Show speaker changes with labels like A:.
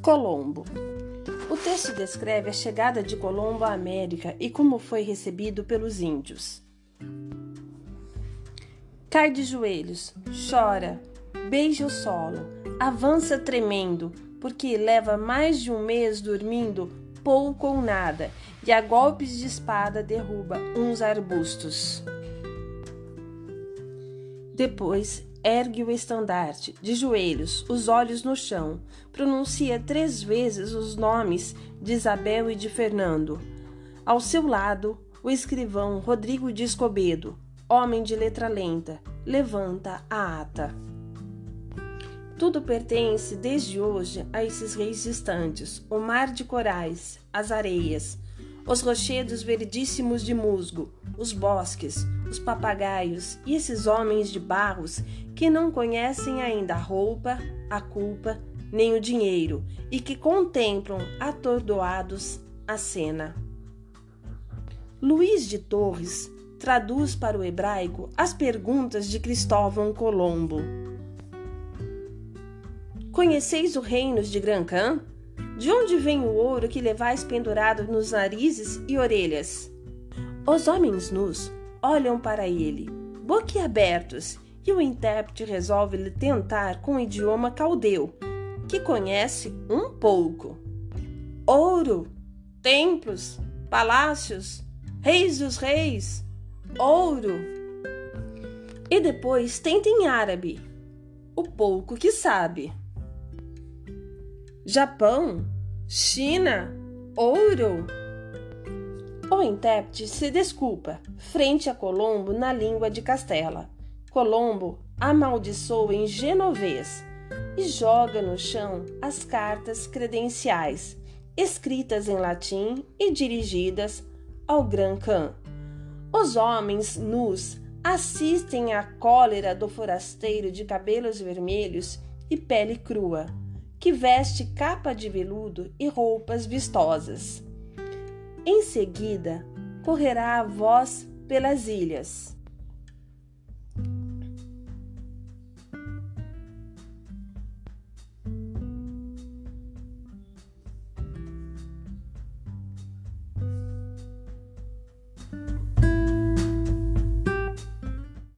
A: Colombo. O texto descreve a chegada de Colombo à América e como foi recebido pelos índios. Cai de joelhos, chora, beija o solo, avança tremendo, porque leva mais de um mês dormindo pouco ou nada, e a golpes de espada derruba uns arbustos. Depois ergue o estandarte, de joelhos, os olhos no chão, pronuncia 3 vezes os nomes de Isabel e de Fernando. Ao seu lado, o escrivão Rodrigo de Escobedo, homem de letra lenta, levanta a ata. Tudo pertence desde hoje a esses reis distantes, o mar de corais, as areias, os rochedos verdíssimos de musgo, os bosques, os papagaios e esses homens de barros que não conhecem ainda a roupa, a culpa, nem o dinheiro e que contemplam atordoados a cena. Luís de Torres traduz para o hebraico as perguntas de Cristóvão Colombo. Conheceis o reino de Grã-Cã? De onde vem o ouro que levais pendurado nos narizes e orelhas? Os homens nus olham para ele, boquiabertos, e o intérprete resolve lhe tentar com o idioma caldeu, que conhece um pouco. Ouro, templos, palácios, reis dos reis, ouro. E depois tenta em árabe, o pouco que sabe. Japão, China, ouro. O intérprete se desculpa frente a Colombo na língua de Castela. Colombo amaldiçoa em genovês e joga no chão as cartas credenciais, escritas em latim e dirigidas ao Grã-Cã. Os homens nus assistem à cólera do forasteiro de cabelos vermelhos e pele crua, que veste capa de veludo e roupas vistosas. Em seguida, correrá a voz pelas ilhas.